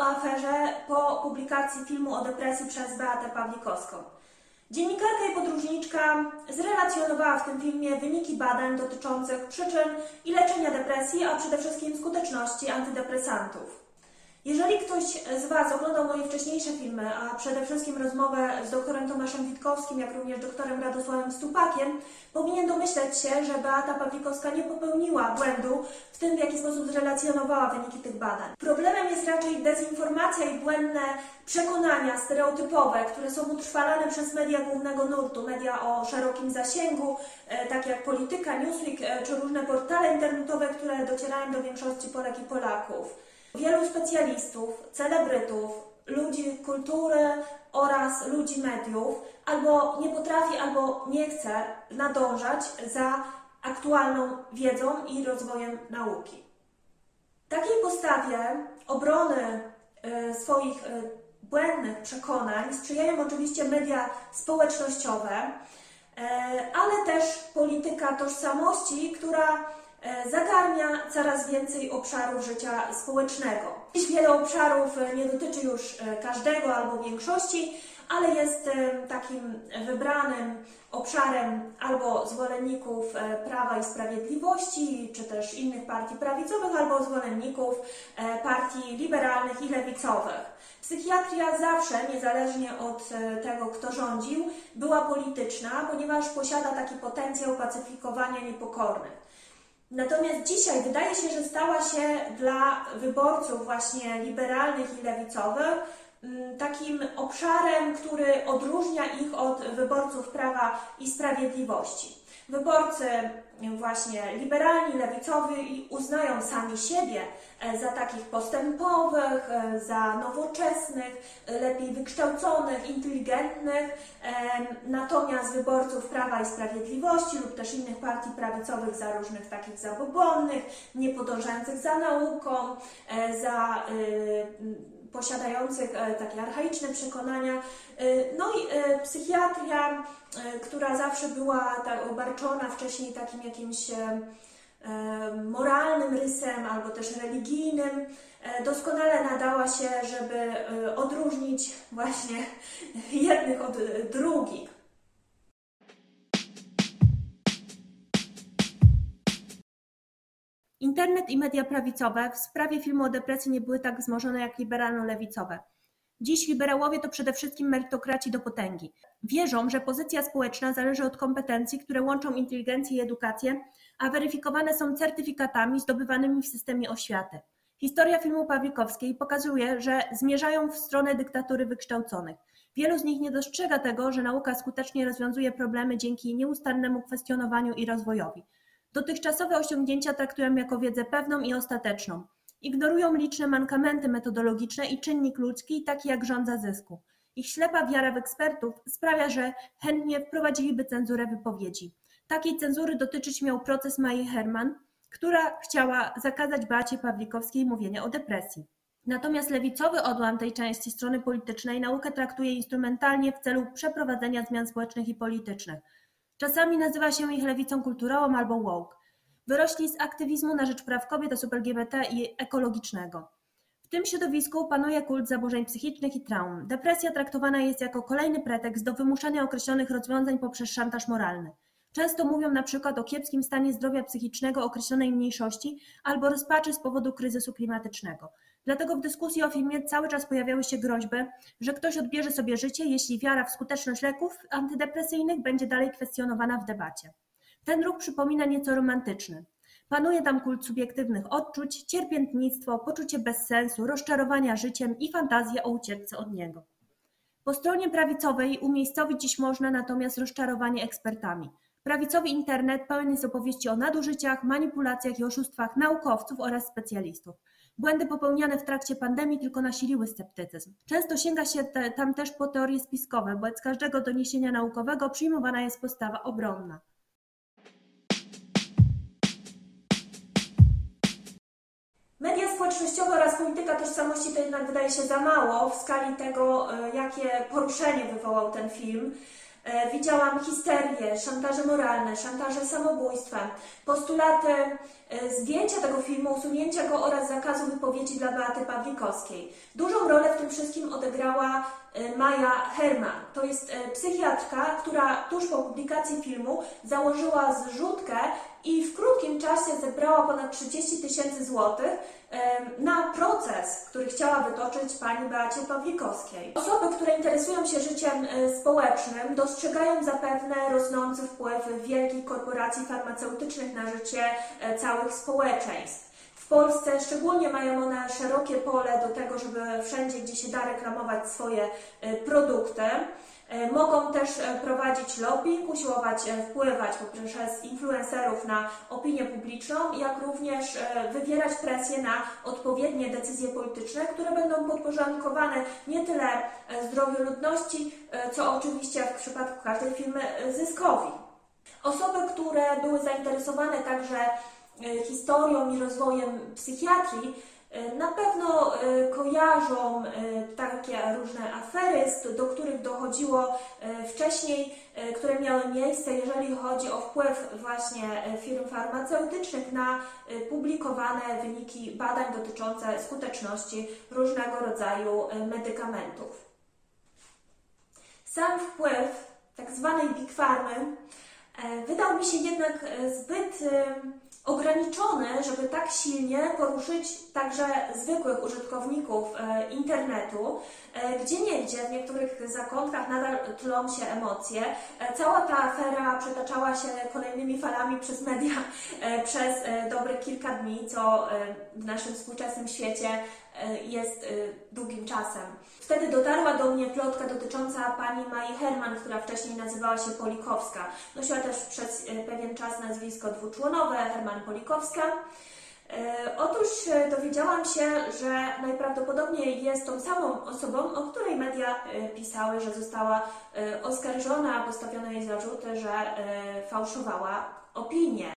aferze po publikacji filmu o depresji przez Beatę Pawlikowską. Dziennikarka i podróżniczka zrelacjonowała w tym filmie wyniki badań dotyczących przyczyn i leczenia depresji, a przede wszystkim skuteczności antydepresantów. Jeżeli ktoś z Was oglądał moje wcześniejsze filmy, a przede wszystkim rozmowę z doktorem Tomaszem Witkowskim, jak również doktorem Radosławem Stupakiem, powinien domyśleć się, że Beata Pawlikowska nie popełniła błędu w tym, w jaki sposób zrelacjonowała wyniki tych badań. Problemem jest raczej dezinformacja i błędne przekonania stereotypowe, które są utrwalane przez media głównego nurtu, media o szerokim zasięgu, takie jak Polityka, Newsweek czy różne portale internetowe, które docierają do większości Polek i Polaków. Wielu specjalistów, celebrytów, ludzi kultury oraz ludzi mediów albo nie potrafi, albo nie chce nadążać za aktualną wiedzą i rozwojem nauki. Takiej postawie obrony swoich błędnych przekonań sprzyjają oczywiście media społecznościowe, ale też polityka tożsamości, która zagarnia coraz więcej obszarów życia społecznego. Dziś wiele obszarów nie dotyczy już każdego albo większości, ale jest takim wybranym obszarem albo zwolenników Prawa i Sprawiedliwości, czy też innych partii prawicowych, albo zwolenników partii liberalnych i lewicowych. Psychiatria zawsze, niezależnie od tego, kto rządził, była polityczna, ponieważ posiada taki potencjał pacyfikowania niepokornych. Natomiast dzisiaj wydaje się, że stała się dla wyborców właśnie liberalnych i lewicowych takim obszarem, który odróżnia ich od wyborców Prawa i Sprawiedliwości. Wyborcy właśnie liberalni, lewicowi uznają sami siebie za takich postępowych, za nowoczesnych, lepiej wykształconych, inteligentnych, natomiast wyborców Prawa i Sprawiedliwości lub też innych partii prawicowych za różnych takich zabobonnych, nie podążających za nauką, za posiadających takie archaiczne przekonania. No i psychiatria, która zawsze była tak obarczona wcześniej takim jakimś moralnym rysem albo też religijnym, doskonale nadała się, żeby odróżnić właśnie jednych od drugich. Internet i media prawicowe w sprawie filmu o depresji nie były tak wzmożone jak liberalno-lewicowe. Dziś liberałowie to przede wszystkim merytokraci do potęgi. Wierzą, że pozycja społeczna zależy od kompetencji, które łączą inteligencję i edukację, a weryfikowane są certyfikatami zdobywanymi w systemie oświaty. Historia filmu Pawlikowskiej pokazuje, że zmierzają w stronę dyktatury wykształconych. Wielu z nich nie dostrzega tego, że nauka skutecznie rozwiązuje problemy dzięki nieustannemu kwestionowaniu i rozwojowi. Dotychczasowe osiągnięcia traktują jako wiedzę pewną i ostateczną. Ignorują liczne mankamenty metodologiczne i czynnik ludzki, taki jak żądza zysku. Ich ślepa wiara w ekspertów sprawia, że chętnie wprowadziliby cenzurę wypowiedzi. Takiej cenzury dotyczyć miał proces Mai Herman, która chciała zakazać Beacie Pawlikowskiej mówienia o depresji. Natomiast lewicowy odłam tej części strony politycznej naukę traktuje instrumentalnie w celu przeprowadzenia zmian społecznych i politycznych. Czasami nazywa się ich lewicą kulturową albo woke. Wyrośli z aktywizmu na rzecz praw kobiet, osób LGBT i ekologicznego. W tym środowisku panuje kult zaburzeń psychicznych i traum. Depresja traktowana jest jako kolejny pretekst do wymuszania określonych rozwiązań poprzez szantaż moralny. Często mówią na przykład o kiepskim stanie zdrowia psychicznego określonej mniejszości albo rozpaczy z powodu kryzysu klimatycznego. Dlatego w dyskusji o filmie cały czas pojawiały się groźby, że ktoś odbierze sobie życie, jeśli wiara w skuteczność leków antydepresyjnych będzie dalej kwestionowana w debacie. Ten ruch przypomina nieco romantyczny. Panuje tam kult subiektywnych odczuć, cierpiętnictwo, poczucie bezsensu, rozczarowania życiem i fantazję o ucieczce od niego. Po stronie prawicowej umiejscowić dziś można natomiast rozczarowanie ekspertami. Prawicowy internet pełen jest opowieści o nadużyciach, manipulacjach i oszustwach naukowców oraz specjalistów. Błędy popełniane w trakcie pandemii tylko nasiliły sceptycyzm. Często sięga się tam też po teorie spiskowe, bo z każdego doniesienia naukowego przyjmowana jest postawa obronna. Media społecznościowe oraz polityka tożsamości to jednak wydaje się za mało w skali tego, jakie poruszenie wywołał ten film. Widziałam histerię, szantaże moralne, szantaże samobójstwem, postulaty zdjęcia tego filmu, usunięcia go oraz zakazu wypowiedzi dla Beaty Pawlikowskiej. Dużą rolę w tym wszystkim odegrała Maja Herman. To jest psychiatrka, która tuż po publikacji filmu założyła zrzutkę i w krótkim czasie zebrała ponad 30 000 złotych na proces, który chciała wytoczyć pani Beacie Pawlikowskiej. Osoby, które interesują się życiem społecznym, dostrzegają zapewne rosnący wpływ wielkich korporacji farmaceutycznych na życie całych społeczeństw. W Polsce szczególnie mają one szerokie pole do tego, żeby wszędzie, gdzie się da, reklamować swoje produkty. Mogą też prowadzić lobbying, usiłować wpływać poprzez influencerów na opinię publiczną, jak również wywierać presję na odpowiednie decyzje polityczne, które będą podporządkowane nie tyle zdrowiu ludności, co oczywiście w przypadku każdej firmy zyskowi. Osoby, które były zainteresowane także historią i rozwojem psychiatrii, na pewno kojarzą takie różne afery, do których dochodziło wcześniej, które miały miejsce, jeżeli chodzi o wpływ właśnie firm farmaceutycznych na publikowane wyniki badań dotyczące skuteczności różnego rodzaju medykamentów. Sam wpływ tak zwanej Big Pharmy wydał mi się jednak zbyt ograniczony, żeby tak silnie poruszyć także zwykłych użytkowników internetu. Gdzieniegdzie, w niektórych zakątkach nadal tlą się emocje. Cała ta afera przetaczała się kolejnymi falami przez media przez dobre kilka dni, co w naszym współczesnym świecie jest długim czasem. Wtedy dotarła do mnie plotka dotycząca pani Mai Herman, która wcześniej nazywała się Polikowska. Nosiła też przez pewien czas nazwisko dwuczłonowe, Herman Polikowska. Otóż dowiedziałam się, że najprawdopodobniej jest tą samą osobą, o której media pisały, że została oskarżona, postawiono jej zarzuty, że fałszowała opinię.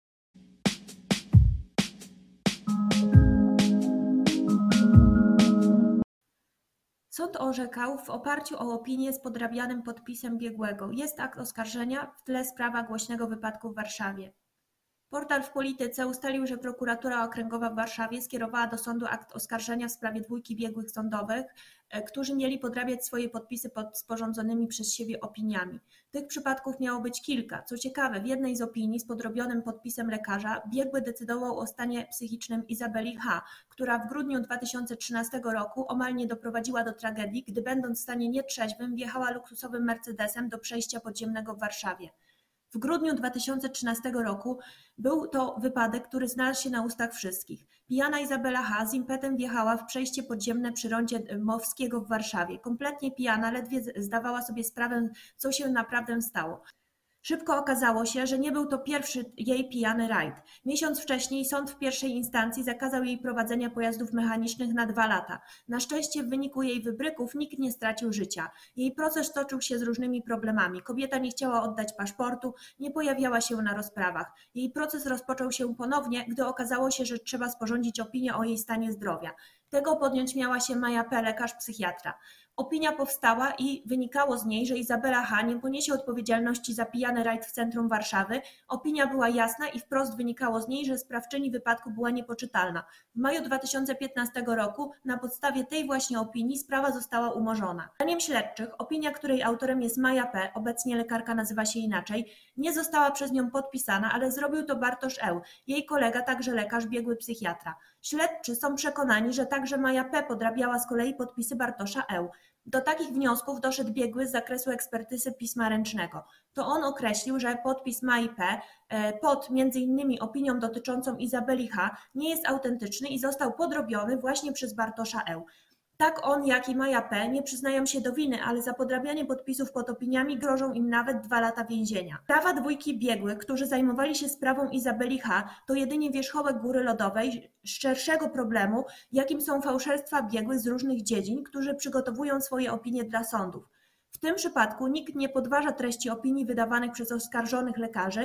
Sąd orzekał w oparciu o opinię z podrabianym podpisem biegłego. Jest akt oskarżenia, w tle sprawa głośnego wypadku w Warszawie. Portal w Polityce ustalił, że prokuratura okręgowa w Warszawie skierowała do sądu akt oskarżenia w sprawie 2 biegłych sądowych, którzy mieli podrabiać swoje podpisy pod sporządzonymi przez siebie opiniami. Tych przypadków miało być kilka. Co ciekawe, w jednej z opinii z podrobionym podpisem lekarza biegły decydował o stanie psychicznym Izabeli H., która w grudniu 2013 roku omal nie doprowadziła do tragedii, gdy będąc w stanie nietrzeźwym wjechała luksusowym Mercedesem do przejścia podziemnego w Warszawie. W grudniu 2013 roku był to wypadek, który znalazł się na ustach wszystkich. Pijana Izabela H. z impetem wjechała w przejście podziemne przy rondzie Mowskiego w Warszawie. Kompletnie pijana, ledwie zdawała sobie sprawę, co się naprawdę stało. Szybko okazało się, że nie był to pierwszy jej pijany rajd. Miesiąc wcześniej sąd w pierwszej instancji zakazał jej prowadzenia pojazdów mechanicznych na 2 lata. Na szczęście w wyniku jej wybryków nikt nie stracił życia. Jej proces toczył się z różnymi problemami. Kobieta nie chciała oddać paszportu, nie pojawiała się na rozprawach. Jej proces rozpoczął się ponownie, gdy okazało się, że trzeba sporządzić opinię o jej stanie zdrowia. Tego podjąć miała się Maja P., lekarz psychiatra. Opinia powstała i wynikało z niej, że Izabela H. nie poniesie odpowiedzialności za pijany rajd w centrum Warszawy. Opinia była jasna i wprost wynikało z niej, że sprawczyni wypadku była niepoczytalna. W maju 2015 roku na podstawie tej właśnie opinii sprawa została umorzona. Zdaniem śledczych opinia, której autorem jest Maja P., obecnie lekarka nazywa się inaczej, nie została przez nią podpisana, ale zrobił to Bartosz E., jej kolega, także lekarz, biegły psychiatra. Śledczy są przekonani, że także Maja P. podrabiała z kolei podpisy Bartosza E. Do takich wniosków doszedł biegły z zakresu ekspertyzy pisma ręcznego. To on określił, że podpis Mai P. pod m.in. opinią dotyczącą Izabeli H. nie jest autentyczny i został podrobiony właśnie przez Bartosza E. Tak on, jak i Maja P. nie przyznają się do winy, ale za podrabianie podpisów pod opiniami grożą im nawet 2 lata więzienia. Sprawa 2 biegłych, którzy zajmowali się sprawą Izabeli H., to jedynie wierzchołek góry lodowej szerszego problemu, jakim są fałszerstwa biegłych z różnych dziedzin, którzy przygotowują swoje opinie dla sądów. W tym przypadku nikt nie podważa treści opinii wydawanych przez oskarżonych lekarzy,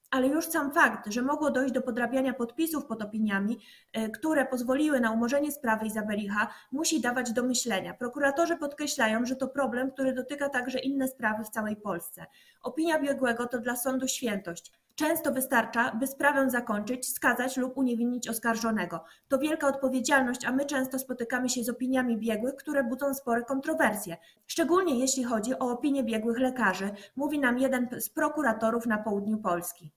Ale już sam fakt, że mogło dojść do podrabiania podpisów pod opiniami, które pozwoliły na umorzenie sprawy Izabeli H., musi dawać do myślenia. Prokuratorzy podkreślają, że to problem, który dotyka także inne sprawy w całej Polsce. Opinia biegłego to dla sądu świętość. Często wystarcza, by sprawę zakończyć, skazać lub uniewinnić oskarżonego. To wielka odpowiedzialność, a my często spotykamy się z opiniami biegłych, które budzą spore kontrowersje. Szczególnie jeśli chodzi o opinie biegłych lekarzy, mówi nam jeden z prokuratorów na południu Polski.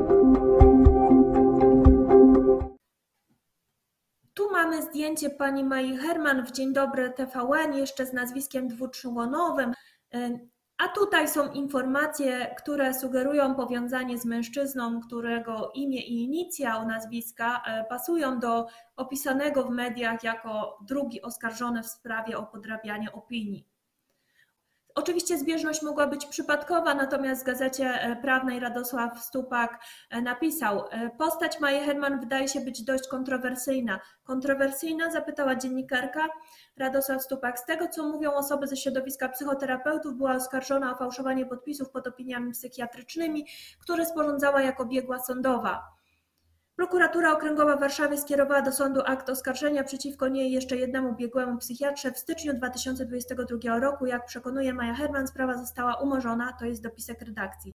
Tu mamy zdjęcie pani Mai Herman w Dzień Dobry TVN, jeszcze z nazwiskiem dwuczłonowym. A tutaj są informacje, które sugerują powiązanie z mężczyzną, którego imię i inicjał nazwiska pasują do opisanego w mediach jako drugi oskarżony w sprawie o podrabianie opinii. Oczywiście zbieżność mogła być przypadkowa, natomiast w Gazecie Prawnej Radosław Stupak napisał: postać Mai Herman wydaje się być dość kontrowersyjna. Kontrowersyjna? Zapytała dziennikarka. Radosław Stupak: z tego, co mówią osoby ze środowiska psychoterapeutów, była oskarżona o fałszowanie podpisów pod opiniami psychiatrycznymi, które sporządzała jako biegła sądowa. Prokuratura Okręgowa w Warszawie skierowała do sądu akt oskarżenia przeciwko niej jeszcze jednemu biegłemu psychiatrze w styczniu 2022 roku. Jak przekonuje Maja Herman, sprawa została umorzona, to jest dopisek redakcji.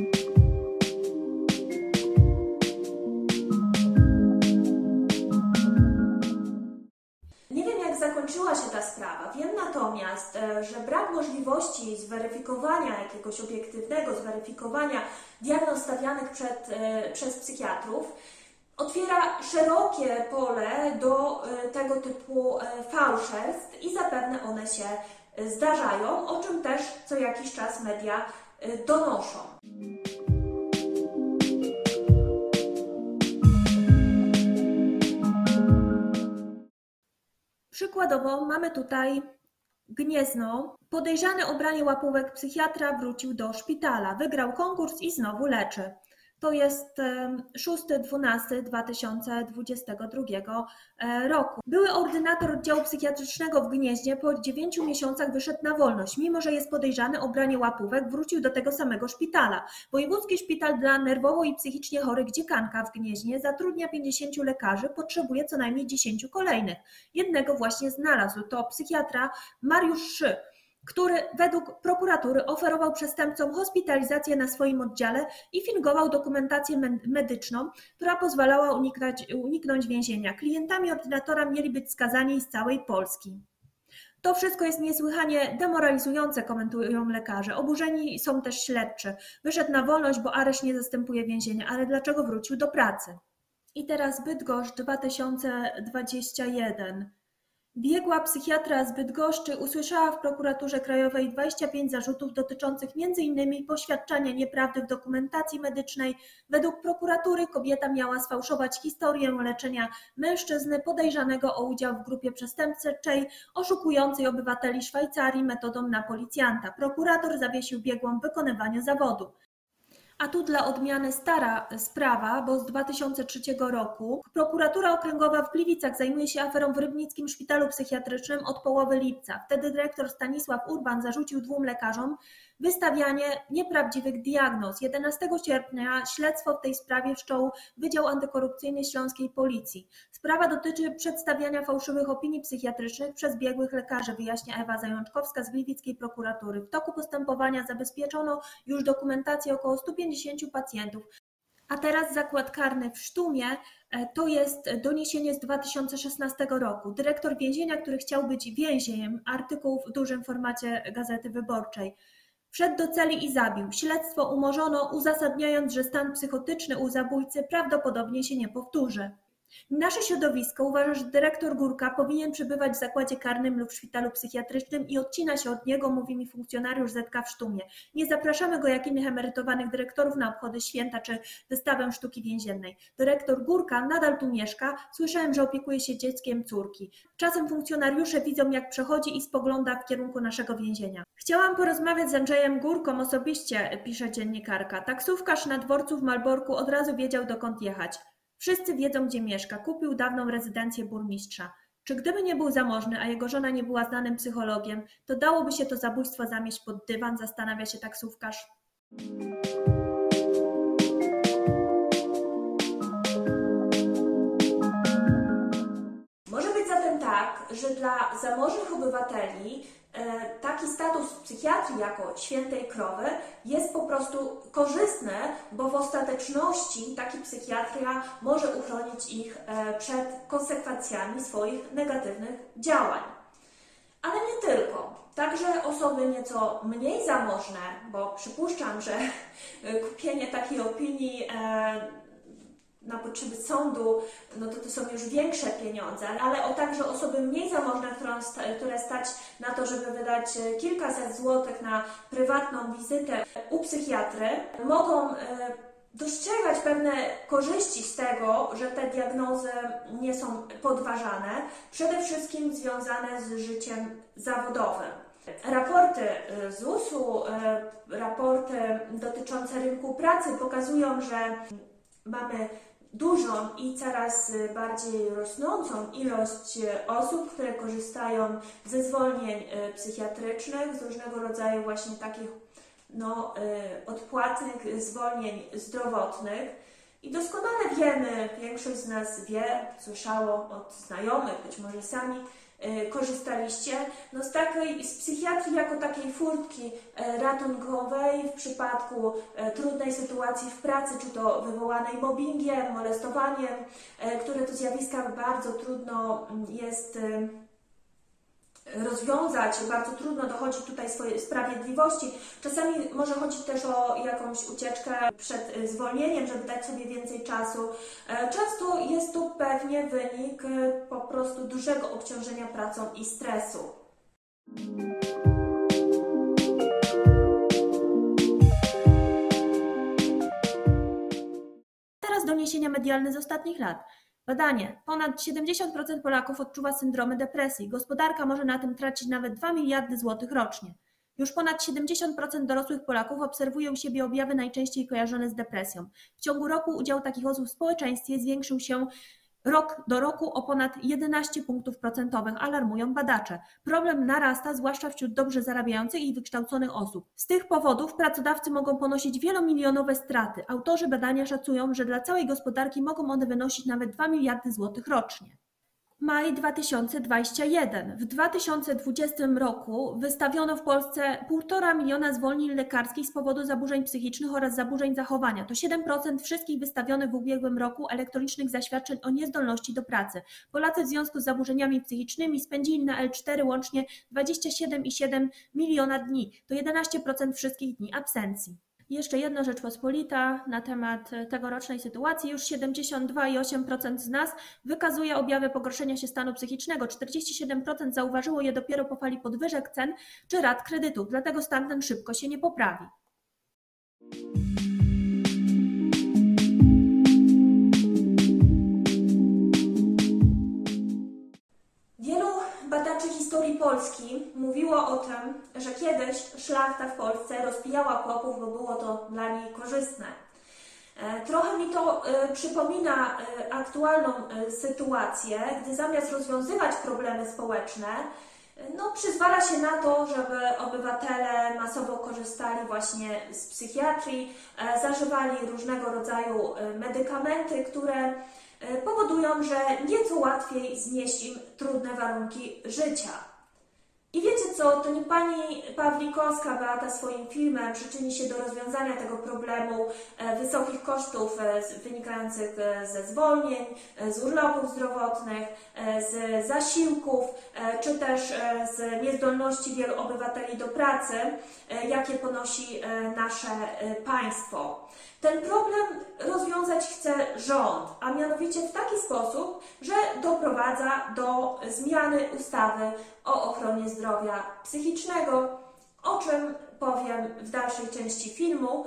Nie wiem, jak zakończyła się ta sprawa. Wiem natomiast, że brak możliwości zweryfikowania jakiegoś obiektywnego, zweryfikowania diagnoz stawianych przez psychiatrów otwiera szerokie pole do tego typu fałszerstw i zapewne one się zdarzają, o czym też co jakiś czas media donoszą. Przykładowo mamy tutaj Gniezno. Podejrzany o branie łapówek psychiatra wrócił do szpitala, wygrał konkurs i znowu leczy. To jest 6.12.2022 roku. Były ordynator oddziału psychiatrycznego w Gnieźnie po 9 miesiącach wyszedł na wolność. Mimo że jest podejrzany o branie łapówek, wrócił do tego samego szpitala. Wojewódzki Szpital dla Nerwowo i Psychicznie Chorych Dziekanka w Gnieźnie zatrudnia 50 lekarzy, potrzebuje co najmniej 10 kolejnych. Jednego właśnie znalazł, to psychiatra Mariusz Szy, który według prokuratury oferował przestępcom hospitalizację na swoim oddziale i fingował dokumentację medyczną, która pozwalała uniknąć więzienia. Klientami ordynatora mieli być skazani z całej Polski. To wszystko jest niesłychanie demoralizujące, komentują lekarze. Oburzeni są też śledczy. Wyszedł na wolność, bo areszt nie zastępuje więzienia, ale dlaczego wrócił do pracy? I teraz Bydgoszcz 2021. Biegła psychiatra z Bydgoszczy usłyszała w prokuraturze krajowej 25 zarzutów dotyczących m.in. poświadczania nieprawdy w dokumentacji medycznej. Według prokuratury kobieta miała sfałszować historię leczenia mężczyzny podejrzanego o udział w grupie przestępczej oszukującej obywateli Szwajcarii metodą na policjanta. Prokurator zawiesił biegłą wykonywanie zawodu. A tu dla odmiany stara sprawa, bo z 2003 roku prokuratura okręgowa w Gliwicach zajmuje się aferą w Rybnickim Szpitalu Psychiatrycznym od połowy lipca. Wtedy dyrektor Stanisław Urban zarzucił 2 lekarzom wystawianie nieprawdziwych diagnoz. 11 sierpnia śledztwo w tej sprawie wszczął Wydział Antykorupcyjny Śląskiej Policji. Sprawa dotyczy przedstawiania fałszywych opinii psychiatrycznych przez biegłych lekarzy, wyjaśnia Ewa Zajączkowska z gliwickiej prokuratury. W toku postępowania zabezpieczono już dokumentację około 150 pacjentów. A teraz zakład karny w Sztumie, to jest doniesienie z 2016 roku. Dyrektor więzienia, który chciał być więźniem, artykuł w dużym formacie Gazety Wyborczej, wszedł do celi i zabił. Śledztwo umorzono, uzasadniając, że stan psychotyczny u zabójcy prawdopodobnie się nie powtórzy. Nasze środowisko uważa, że dyrektor Górka powinien przebywać w zakładzie karnym lub w szpitalu psychiatrycznym i odcina się od niego, mówi mi funkcjonariusz ZK w Sztumie. Nie zapraszamy go jak innych emerytowanych dyrektorów na obchody święta czy wystawę sztuki więziennej. Dyrektor Górka nadal tu mieszka, słyszałem, że opiekuje się dzieckiem córki. Czasem funkcjonariusze widzą, jak przechodzi i spogląda w kierunku naszego więzienia. Chciałam porozmawiać z Andrzejem Górką osobiście, pisze dziennikarka. Taksówkarz na dworcu w Malborku od razu wiedział, dokąd jechać. Wszyscy wiedzą, gdzie mieszka. Kupił dawną rezydencję burmistrza. Czy gdyby nie był zamożny, a jego żona nie była znanym psychologiem, to dałoby się to zabójstwo zamieść pod dywan, zastanawia się taksówkarz. tak, że dla zamożnych obywateli taki status psychiatrii jako świętej krowy jest po prostu korzystny, bo w ostateczności taki psychiatria może uchronić ich przed konsekwencjami swoich negatywnych działań. Ale nie tylko. Także osoby nieco mniej zamożne, bo przypuszczam, że kupienie takiej opinii na potrzeby sądu, no to są już większe pieniądze, ale także osoby mniej zamożne, które stać na to, żeby wydać kilkaset złotych na prywatną wizytę u psychiatry, mogą dostrzegać pewne korzyści z tego, że te diagnozy nie są podważane, przede wszystkim związane z życiem zawodowym. Raporty ZUS-u, raporty dotyczące rynku pracy pokazują, że mamy dużą i coraz bardziej rosnącą ilość osób, które korzystają ze zwolnień psychiatrycznych, z różnego rodzaju właśnie takich odpłatnych zwolnień zdrowotnych. I doskonale wiemy, większość z nas wie, słyszało od znajomych, być może sami korzystaliście, z psychiatrii jako takiej furtki ratunkowej w przypadku trudnej sytuacji w pracy, czy to wywołanej mobbingiem, molestowaniem, które to zjawiska bardzo trudno jest rozwiązać, bardzo trudno dochodzić tutaj swojej sprawiedliwości. Czasami może chodzić też o jakąś ucieczkę przed zwolnieniem, żeby dać sobie więcej czasu. Często jest to pewnie wynik po prostu dużego obciążenia pracą i stresu. Teraz doniesienia medialne z ostatnich lat. Badanie. Ponad 70% Polaków odczuwa syndromy depresji. Gospodarka może na tym tracić nawet 2 miliardy złotych rocznie. Już ponad 70% dorosłych Polaków obserwuje u siebie objawy najczęściej kojarzone z depresją. W ciągu roku udział takich osób w społeczeństwie zwiększył się rok do roku o ponad 11 punktów procentowych, alarmują badacze. Problem narasta, zwłaszcza wśród dobrze zarabiających i wykształconych osób. Z tych powodów pracodawcy mogą ponosić wielomilionowe straty. Autorzy badania szacują, że dla całej gospodarki mogą one wynosić nawet 2 miliardy złotych rocznie. Maj 2021. W 2020 roku wystawiono w Polsce 1,5 miliona zwolnień lekarskich z powodu zaburzeń psychicznych oraz zaburzeń zachowania. To 7% wszystkich wystawionych w ubiegłym roku elektronicznych zaświadczeń o niezdolności do pracy. Polacy w związku z zaburzeniami psychicznymi spędzili na L4 łącznie 27,7 miliona dni. To 11% wszystkich dni absencji. Jeszcze jedna Rzeczpospolita na temat tegorocznej sytuacji. Już 72,8% z nas wykazuje objawy pogorszenia się stanu psychicznego. 47% zauważyło je dopiero po fali podwyżek cen czy rat kredytów, dlatego stan ten szybko się nie poprawi. Badaczy historii Polski mówiło o tym, że kiedyś szlachta w Polsce rozpijała chłopów, bo było to dla niej korzystne. Trochę mi to przypomina aktualną sytuację, gdy zamiast rozwiązywać problemy społeczne, przyzwala się na to, żeby obywatele masowo korzystali właśnie z psychiatrii, zażywali różnego rodzaju medykamenty, które powodują, że nieco łatwiej znieść im trudne warunki życia. I wiecie co, to nie pani Pawlikowska, Beata, swoim filmem przyczyni się do rozwiązania tego problemu wysokich kosztów wynikających ze zwolnień, z urlopów zdrowotnych, z zasiłków, czy też z niezdolności wielu obywateli do pracy, jakie ponosi nasze państwo. Ten problem rozwiązać chce rząd, a mianowicie w taki sposób, że doprowadza do zmiany ustawy o ochronie zdrowia psychicznego, o czym powiem w dalszej części filmu.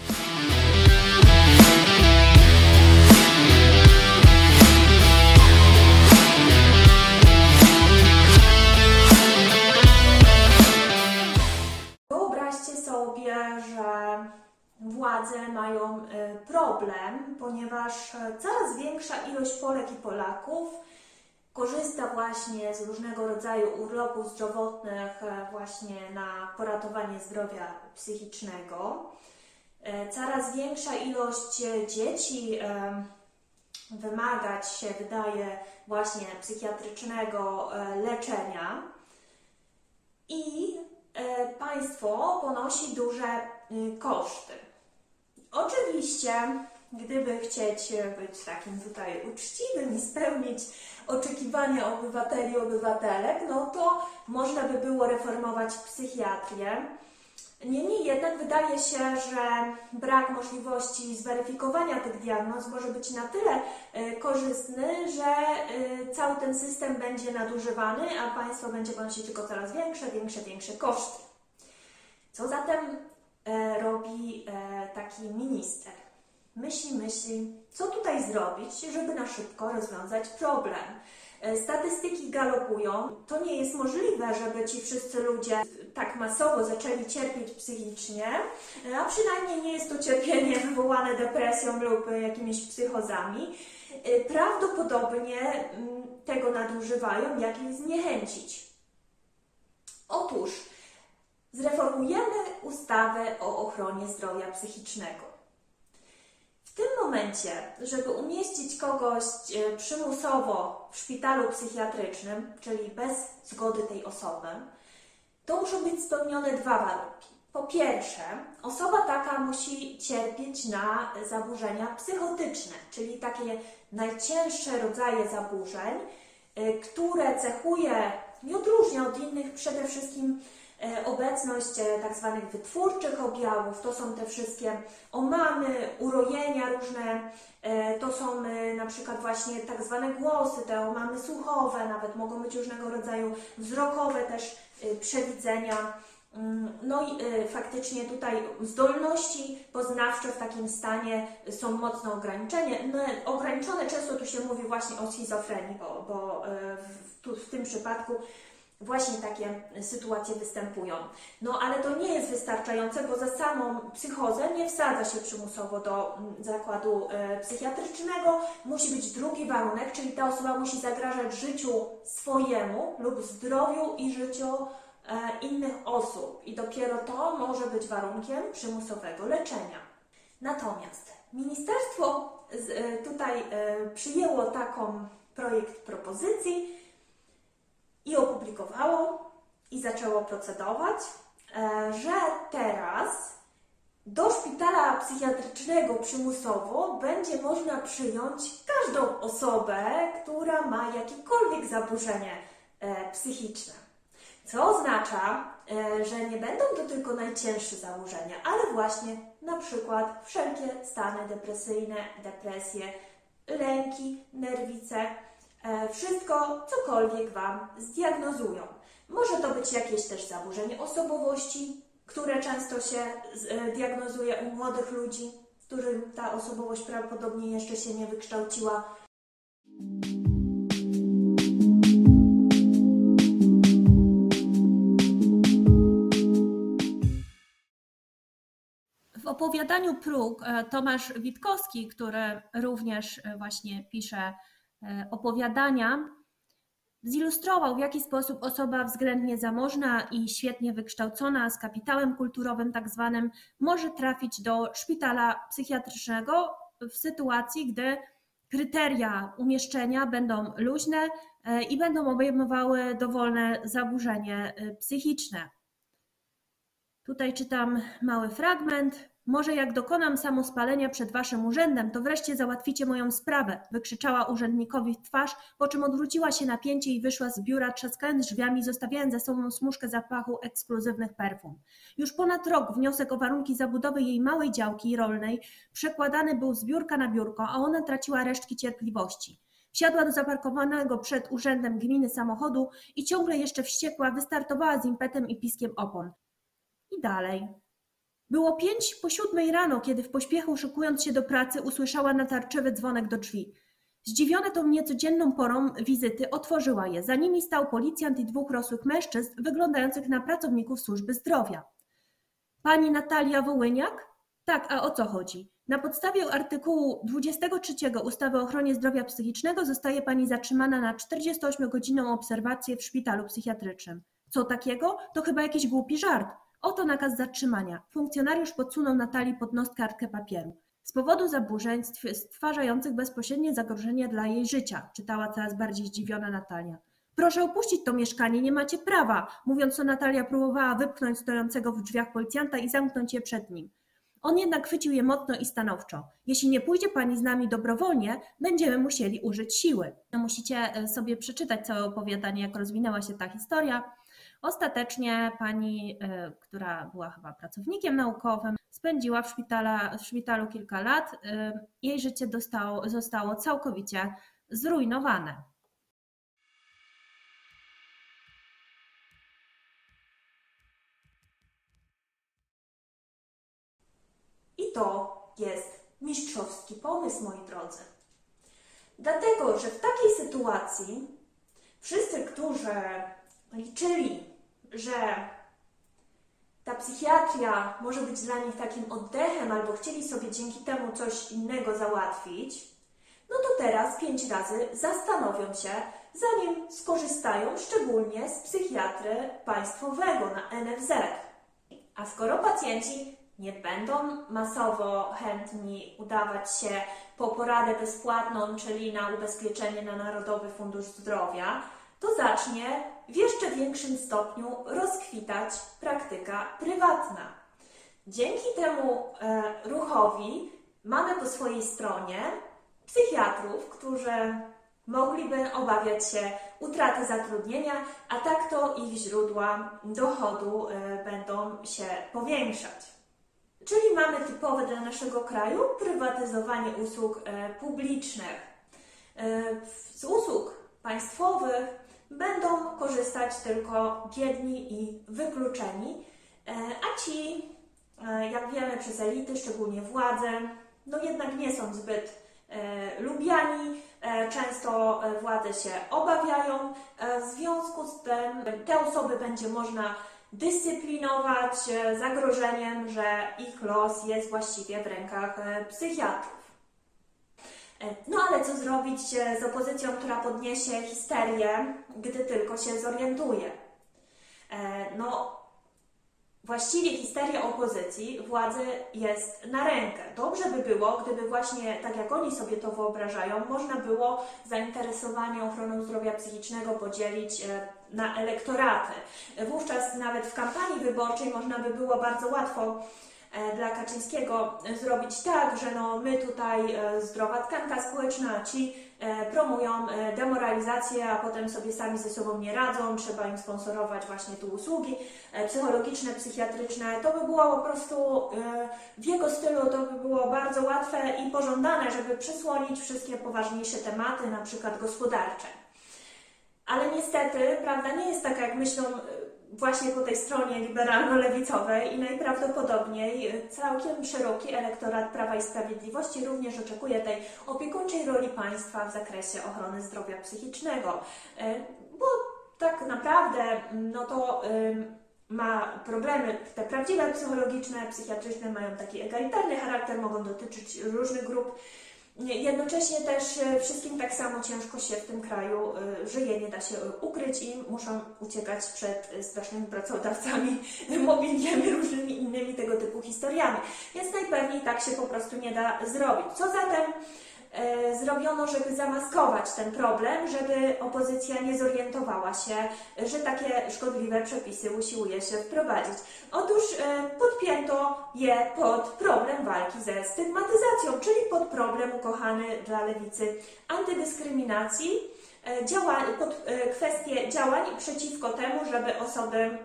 Wyobraźcie sobie, że władze mają problem, ponieważ coraz większa ilość Polek i Polaków korzysta właśnie z różnego rodzaju urlopów zdrowotnych właśnie na poratowanie zdrowia psychicznego. Coraz większa ilość dzieci wymagać się, wydaje, właśnie psychiatrycznego leczenia i państwo ponosi duże koszty. Oczywiście, gdyby chcieć być takim tutaj uczciwym i spełnić oczekiwania obywateli i obywatelek, no to można by było reformować psychiatrię. Niemniej jednak wydaje się, że brak możliwości zweryfikowania tych diagnoz może być na tyle korzystny, że cały ten system będzie nadużywany, a państwo będzie ponosić tylko coraz większe koszty. Co zatem robi taki minister? Myśli, co tutaj zrobić, żeby na szybko rozwiązać problem. Statystyki galopują. To nie jest możliwe, żeby ci wszyscy ludzie tak masowo zaczęli cierpieć psychicznie, a przynajmniej nie jest to cierpienie wywołane depresją lub jakimiś psychozami. Prawdopodobnie tego nadużywają, jak ich zniechęcić. Otóż zreformujemy ustawę o ochronie zdrowia psychicznego. W tym momencie, żeby umieścić kogoś przymusowo w szpitalu psychiatrycznym, czyli bez zgody tej osoby, to muszą być spełnione dwa warunki. Po pierwsze, osoba taka musi cierpieć na zaburzenia psychotyczne, czyli takie najcięższe rodzaje zaburzeń, które cechuje i odróżnia od innych przede wszystkim obecność tak zwanych wytwórczych objawów. To są te wszystkie omamy, urojenia różne, to są na przykład właśnie tak zwane głosy, te omamy słuchowe, nawet mogą być różnego rodzaju wzrokowe też przewidzenia. No i faktycznie tutaj zdolności poznawcze w takim stanie są mocno ograniczone. Często tu się mówi właśnie o schizofrenii, bo w tym przypadku właśnie takie sytuacje występują. No ale to nie jest wystarczające, bo za samą psychozę nie wsadza się przymusowo do zakładu psychiatrycznego. Musi być drugi warunek, czyli ta osoba musi zagrażać życiu swojemu lub zdrowiu i życiu innych osób. I dopiero to może być warunkiem przymusowego leczenia. Natomiast ministerstwo tutaj przyjęło taką projekt propozycji i opublikowało i zaczęło procedować, że teraz do szpitala psychiatrycznego przymusowo będzie można przyjąć każdą osobę, która ma jakiekolwiek zaburzenie psychiczne. Co oznacza, że nie będą to tylko najcięższe zaburzenia, ale właśnie na przykład wszelkie stany depresyjne, depresje, lęki, nerwice, wszystko, cokolwiek Wam zdiagnozują. Może to być jakieś też zaburzenie osobowości, które często się diagnozuje u młodych ludzi, którym ta osobowość prawdopodobnie jeszcze się nie wykształciła. W opowiadaniu Próg Tomasz Witkowski, który również właśnie pisze opowiadania, zilustrował, w jaki sposób osoba względnie zamożna i świetnie wykształcona, z kapitałem kulturowym tak zwanym, może trafić do szpitala psychiatrycznego w sytuacji, gdy kryteria umieszczenia będą luźne i będą obejmowały dowolne zaburzenie psychiczne. Tutaj czytam mały fragment. Może jak dokonam samospalenia przed waszym urzędem, to wreszcie załatwicie moją sprawę, wykrzyczała urzędnikowi w twarz, po czym odwróciła się na pięcie i wyszła z biura, trzaskając drzwiami, zostawiając za sobą smużkę zapachu ekskluzywnych perfum. Już ponad rok wniosek o warunki zabudowy jej małej działki rolnej przekładany był z biurka na biurko, a ona traciła resztki cierpliwości. Wsiadła do zaparkowanego przed urzędem gminy samochodu i ciągle jeszcze wściekła wystartowała z impetem i piskiem opon. I dalej. Było 6:55 rano, kiedy w pośpiechu szykując się do pracy usłyszała natarczywy dzwonek do drzwi. Zdziwiona tą niecodzienną porą wizyty otworzyła je. Za nimi stał policjant i 2 rosłych mężczyzn wyglądających na pracowników służby zdrowia. Pani Natalia Wołyniak? Tak, a o co chodzi? Na podstawie artykułu 23 ustawy o ochronie zdrowia psychicznego zostaje pani zatrzymana na 48-godzinną obserwację w szpitalu psychiatrycznym. Co takiego? To chyba jakiś głupi żart. Oto nakaz zatrzymania. Funkcjonariusz podsunął Natalii pod nos kartkę papieru. Z powodu zaburzeń stwarzających bezpośrednie zagrożenie dla jej życia, czytała coraz bardziej zdziwiona Natalia. Proszę opuścić to mieszkanie, nie macie prawa. Mówiąc to, Natalia próbowała wypchnąć stojącego w drzwiach policjanta i zamknąć je przed nim. On jednak chwycił je mocno i stanowczo. Jeśli nie pójdzie pani z nami dobrowolnie, będziemy musieli użyć siły. Musicie sobie przeczytać całe opowiadanie, jak rozwinęła się ta historia. Ostatecznie pani, która była chyba pracownikiem naukowym, spędziła w szpitalu kilka lat. Jej życie zostało całkowicie zrujnowane. I to jest mistrzowski pomysł, moi drodzy. Dlatego, że w takiej sytuacji wszyscy, którzy liczyli, że ta psychiatria może być dla nich takim oddechem albo chcieli sobie dzięki temu coś innego załatwić, no to teraz 5 razy zastanowią się, zanim skorzystają szczególnie z psychiatry państwowego na NFZ. A skoro pacjenci nie będą masowo chętni udawać się po poradę bezpłatną, czyli na ubezpieczenie na Narodowy Fundusz Zdrowia, to zacznie w jeszcze większym stopniu rozkwitać praktyka prywatna. Dzięki temu ruchowi mamy po swojej stronie psychiatrów, którzy mogliby obawiać się utraty zatrudnienia, a tak to ich źródła dochodu będą się powiększać. Czyli mamy typowe dla naszego kraju prywatyzowanie usług publicznych. Z usług państwowych będą korzystać tylko biedni i wykluczeni, a ci, jak wiemy, przez elity, szczególnie władze, no jednak nie są zbyt lubiani, często władze się obawiają, w związku z tym te osoby będzie można dyscyplinować zagrożeniem, że ich los jest właściwie w rękach psychiatrów. No ale co zrobić z opozycją, która podniesie histerię, gdy tylko się zorientuje? No, właściwie histeria opozycji władzy jest na rękę. Dobrze by było, gdyby właśnie tak jak oni sobie to wyobrażają, można było zainteresowanie ochroną zdrowia psychicznego podzielić na elektoraty. Wówczas nawet w kampanii wyborczej można by było bardzo łatwo dla Kaczyńskiego zrobić tak, że no my tutaj zdrowa tkanka społeczna, ci promują demoralizację, a potem sobie sami ze sobą nie radzą, trzeba im sponsorować właśnie tu usługi psychologiczne, psychiatryczne. To by było po prostu w jego stylu, to by było bardzo łatwe i pożądane, żeby przysłonić wszystkie poważniejsze tematy, na przykład gospodarcze. Ale niestety prawda nie jest taka, jak myślą właśnie po tej stronie liberalno-lewicowej i najprawdopodobniej całkiem szeroki elektorat Prawa i Sprawiedliwości również oczekuje tej opiekuńczej roli państwa w zakresie ochrony zdrowia psychicznego, bo tak naprawdę no to ma problemy, te prawdziwe psychologiczne, psychiatryczne mają taki egalitarny charakter, mogą dotyczyć różnych grup. Jednocześnie też wszystkim tak samo ciężko się w tym kraju żyje, nie da się ukryć i muszą uciekać przed strasznymi pracodawcami, mobbingiem i różnymi innymi tego typu historiami. Więc najpewniej tak się po prostu nie da zrobić. Co zatem zrobiono, żeby zamaskować ten problem, żeby opozycja nie zorientowała się, że takie szkodliwe przepisy usiłuje się wprowadzić? Otóż podpięto je pod problem walki ze stygmatyzacją, czyli pod problem ukochany dla lewicy antydyskryminacji, pod kwestię działań przeciwko temu, żeby osoby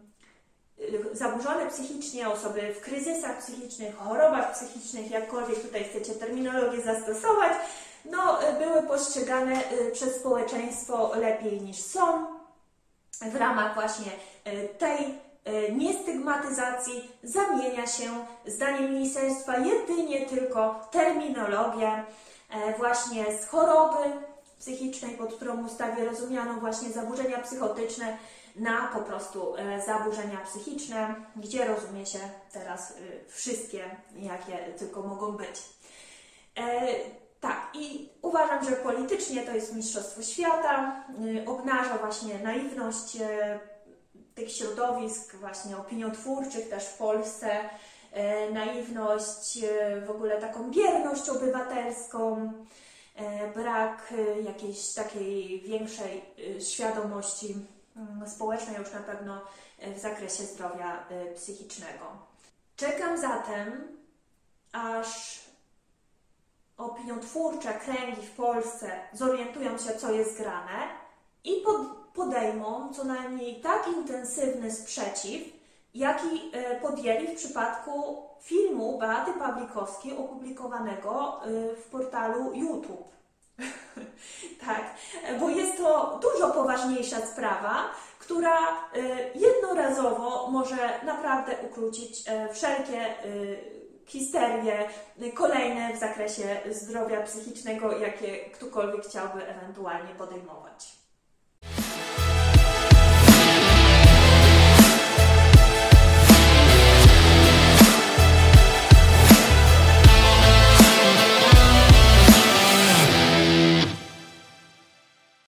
zaburzone psychicznie, osoby w kryzysach psychicznych, chorobach psychicznych, jakkolwiek tutaj chcecie terminologię zastosować, no, były postrzegane przez społeczeństwo lepiej niż są. W ramach właśnie tej niestygmatyzacji zamienia się, zdaniem ministerstwa, jedynie tylko terminologię właśnie z choroby psychicznej, pod którą w ustawie rozumiano właśnie zaburzenia psychotyczne, na po prostu zaburzenia psychiczne, gdzie rozumie się teraz wszystkie, jakie tylko mogą być. Tak, i uważam, że politycznie to jest mistrzostwo świata, obnaża właśnie naiwność tych środowisk właśnie opiniotwórczych też w Polsce naiwność, w ogóle taką bierność obywatelską, brak jakiejś takiej większej świadomości społecznej, już na pewno w zakresie zdrowia psychicznego. Czekam zatem, aż opiniotwórcze kręgi w Polsce zorientują się, co jest grane i podejmą co najmniej tak intensywny sprzeciw, jaki podjęli w przypadku filmu Beaty Pawlikowskiej opublikowanego w portalu YouTube. Tak, bo jest to dużo poważniejsza sprawa, która jednorazowo może naprawdę ukrócić wszelkie histerie kolejne w zakresie zdrowia psychicznego, jakie ktokolwiek chciałby ewentualnie podejmować.